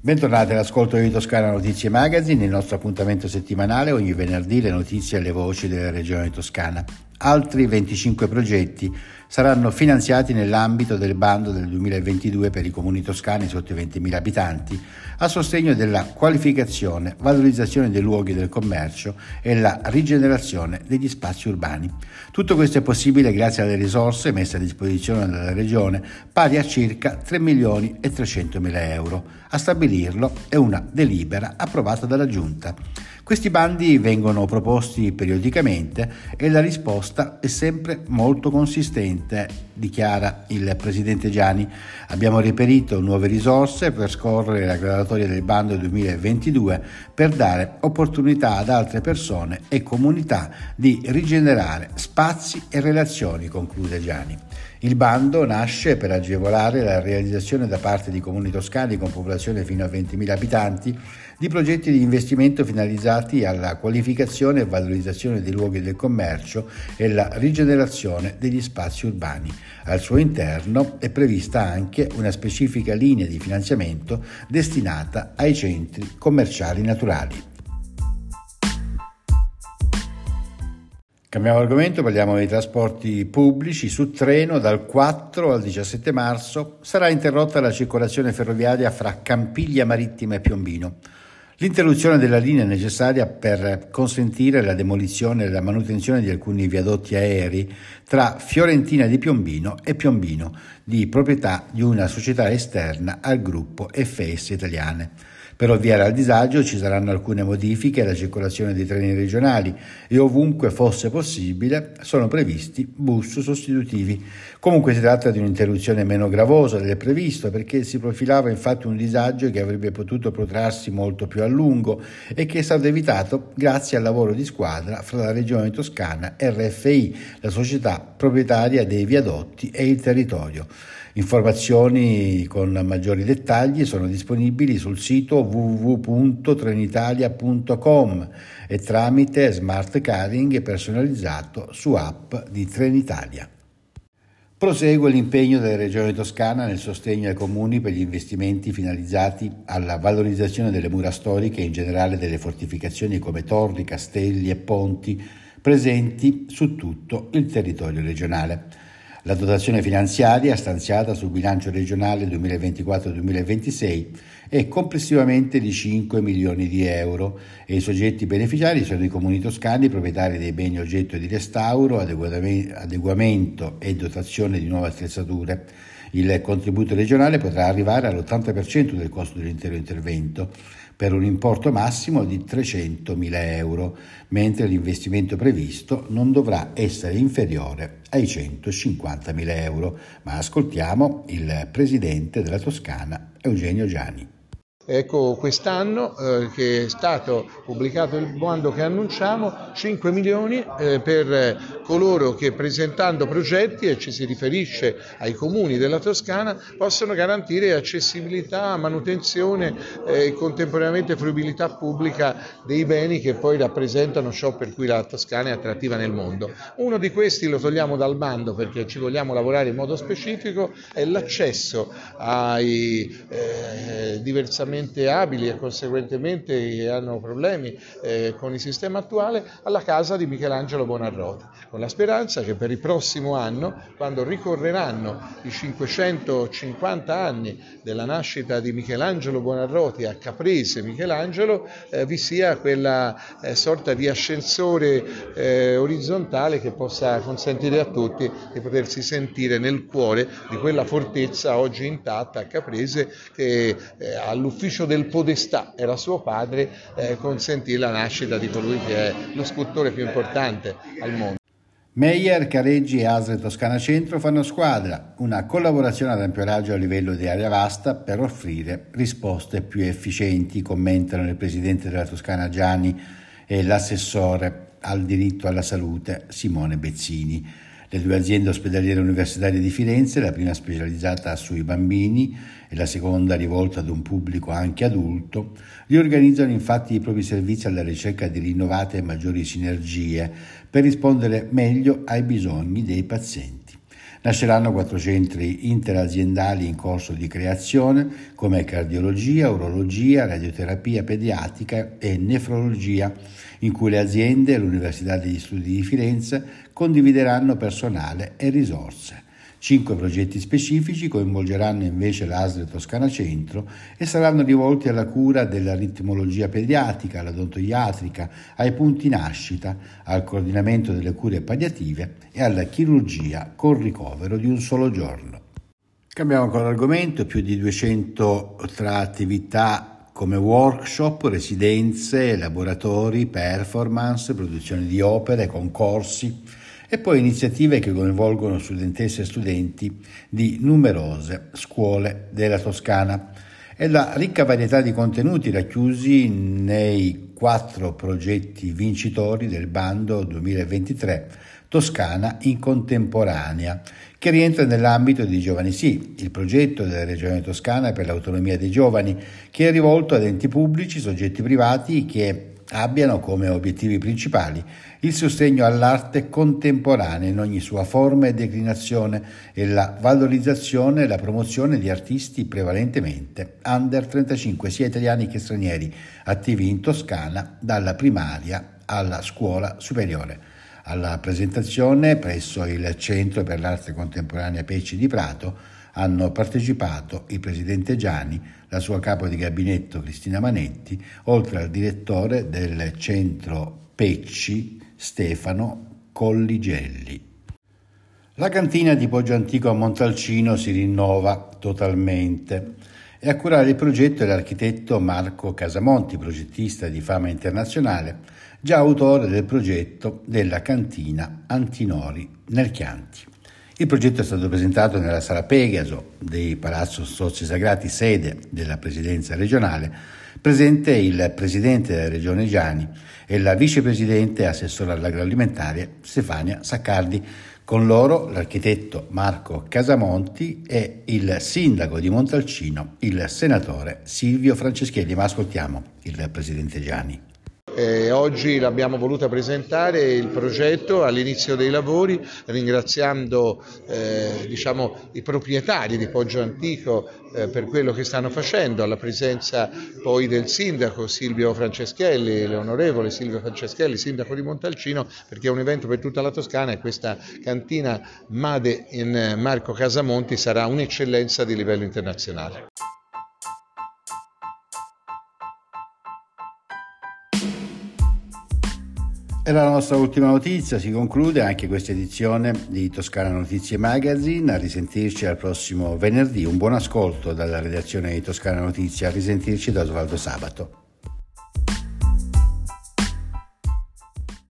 Bentornati all'ascolto di Toscana Notizie Magazine, il nostro appuntamento settimanale ogni venerdì, le notizie e le voci della regione toscana. Altri 25 progetti saranno finanziati nell'ambito del bando del 2022 per i comuni toscani sotto i 20.000 abitanti a sostegno della qualificazione, valorizzazione dei luoghi del commercio e la rigenerazione degli spazi urbani. Tutto questo è possibile grazie alle risorse messe a disposizione dalla regione pari a circa 3.300.000 euro. A stabilirlo è una delibera approvata dalla Giunta. Questi bandi vengono proposti periodicamente e la risposta è sempre molto consistente, dichiara il presidente Giani. Abbiamo reperito nuove risorse per scorrere la graduatoria del bando 2022 per dare opportunità ad altre persone e comunità di rigenerare spazi e relazioni, conclude Giani. Il bando nasce per agevolare la realizzazione da parte di comuni toscani con popolazione fino a 20.000 abitanti di progetti di investimento finalizzati alla qualificazione e valorizzazione dei luoghi del commercio e la rigenerazione degli spazi urbani. Al suo interno è prevista anche una specifica linea di finanziamento destinata ai centri commerciali naturali. Cambiamo argomento, parliamo dei trasporti pubblici. Su treno dal 4 al 17 marzo sarà interrotta la circolazione ferroviaria fra Campiglia Marittima e Piombino. L'interruzione della linea è necessaria per consentire la demolizione e la manutenzione di alcuni viadotti aerei tra Fiorentina di Piombino e Piombino, di proprietà di una società esterna al gruppo FS Italiane. Per ovviare al disagio ci saranno alcune modifiche alla circolazione dei treni regionali e ovunque fosse possibile sono previsti bus sostitutivi. Comunque si tratta di un'interruzione meno gravosa del previsto perché si profilava infatti un disagio che avrebbe potuto protrarsi molto più a lungo e che è stato evitato grazie al lavoro di squadra fra la regione toscana e RFI, la società proprietaria dei viadotti e il territorio. Informazioni con maggiori dettagli sono disponibili sul sito www.trenitalia.com e tramite smart caring personalizzato su app di Trenitalia. Prosegue l'impegno della Regione Toscana nel sostegno ai comuni per gli investimenti finalizzati alla valorizzazione delle mura storiche e in generale delle fortificazioni come torri, castelli e ponti presenti su tutto il territorio regionale. La dotazione finanziaria stanziata sul bilancio regionale 2024-2026 è complessivamente di 5 milioni di euro e i soggetti beneficiari sono i comuni toscani proprietari dei beni oggetto di restauro, adeguamento e dotazione di nuove attrezzature. Il contributo regionale potrà arrivare all'80% del costo dell'intero intervento, per un importo massimo di 300.000 euro, mentre l'investimento previsto non dovrà essere inferiore ai 150.000 euro. Ma ascoltiamo il presidente della Toscana, Eugenio Giani. Ecco, quest'anno che è stato pubblicato il bando che annunciamo, 5 milioni per coloro che presentando progetti, e ci si riferisce ai comuni della Toscana, possono garantire accessibilità, manutenzione e contemporaneamente fruibilità pubblica dei beni che poi rappresentano ciò per cui la Toscana è attrattiva nel mondo. Uno di questi lo togliamo dal bando perché ci vogliamo lavorare in modo specifico, è l'accesso ai diversamente abili e conseguentemente che hanno problemi con il sistema attuale alla casa di Michelangelo Buonarroti, con la speranza che per il prossimo anno, quando ricorreranno i 550 anni della nascita di Michelangelo Buonarroti a Caprese Michelangelo, vi sia quella sorta di ascensore orizzontale che possa consentire a tutti di potersi sentire nel cuore di quella fortezza oggi intatta a Caprese che all'ufficio del Podestà era suo padre, consentì la nascita di colui che è lo scultore più importante al mondo. Meyer, Careggi e ASL Toscana Centro fanno squadra, una collaborazione ad ampio raggio a livello di area vasta per offrire risposte più efficienti, commentano il presidente della Toscana Giani e l'assessore al diritto alla salute Simone Bezzini. Le due aziende ospedaliere universitarie di Firenze, la prima specializzata sui bambini e la seconda rivolta ad un pubblico anche adulto, riorganizzano infatti i propri servizi alla ricerca di rinnovate e maggiori sinergie per rispondere meglio ai bisogni dei pazienti. Nasceranno 4 centri interaziendali in corso di creazione come cardiologia, urologia, radioterapia pediatrica e nefrologia, in cui le aziende e l'Università degli Studi di Firenze condivideranno personale e risorse. 5 progetti specifici coinvolgeranno invece l'ASL Toscana Centro e saranno rivolti alla cura dell'aritmologia pediatrica, all'odontoiatrica, ai punti nascita, al coordinamento delle cure palliative e alla chirurgia con ricovero di un solo giorno. Cambiamo ancora argomento, più di 200 tra attività come workshop, residenze, laboratori, performance, produzione di opere, concorsi e poi iniziative che coinvolgono studentesse e studenti di numerose scuole della Toscana e la ricca varietà di contenuti racchiusi nei 4 progetti vincitori del bando 2023 Toscana in contemporanea, che rientra nell'ambito di Giovani Sì, il progetto della Regione Toscana per l'autonomia dei giovani, che è rivolto ad enti pubblici, soggetti privati che abbiano come obiettivi principali il sostegno all'arte contemporanea in ogni sua forma e declinazione e la valorizzazione e la promozione di artisti prevalentemente under 35, sia italiani che stranieri, attivi in Toscana dalla primaria alla scuola superiore. Alla presentazione presso il Centro per l'Arte Contemporanea Pecci di Prato hanno partecipato il presidente Giani, la sua capo di gabinetto Cristina Manetti, oltre al direttore del centro Pecci Stefano Colligelli. La cantina di Poggio Antico a Montalcino si rinnova totalmente e a curare il progetto è l'architetto Marco Casamonti, progettista di fama internazionale, già autore del progetto della cantina Antinori nel Chianti. Il progetto è stato presentato nella Sala Pegaso di Palazzo Strozzi Sagrati, sede della Presidenza regionale, presente il Presidente della Regione Giani e la Vicepresidente e Assessore all'agroalimentare Stefania Saccardi. Con loro l'architetto Marco Casamonti e il Sindaco di Montalcino, il Senatore Silvio Franceschelli. Ma ascoltiamo il Presidente Giani. Oggi l'abbiamo voluta presentare il progetto all'inizio dei lavori, ringraziando i proprietari di Poggio Antico per quello che stanno facendo, alla presenza poi del sindaco Silvio Franceschelli, l'onorevole Silvio Franceschelli, sindaco di Montalcino, perché è un evento per tutta la Toscana e questa cantina Made in Marco Casamonti sarà un'eccellenza di livello internazionale. Era la nostra ultima notizia, si conclude anche questa edizione di Toscana Notizie Magazine. A risentirci al prossimo venerdì. Un buon ascolto dalla redazione di Toscana Notizie, a risentirci da Osvaldo Sabato.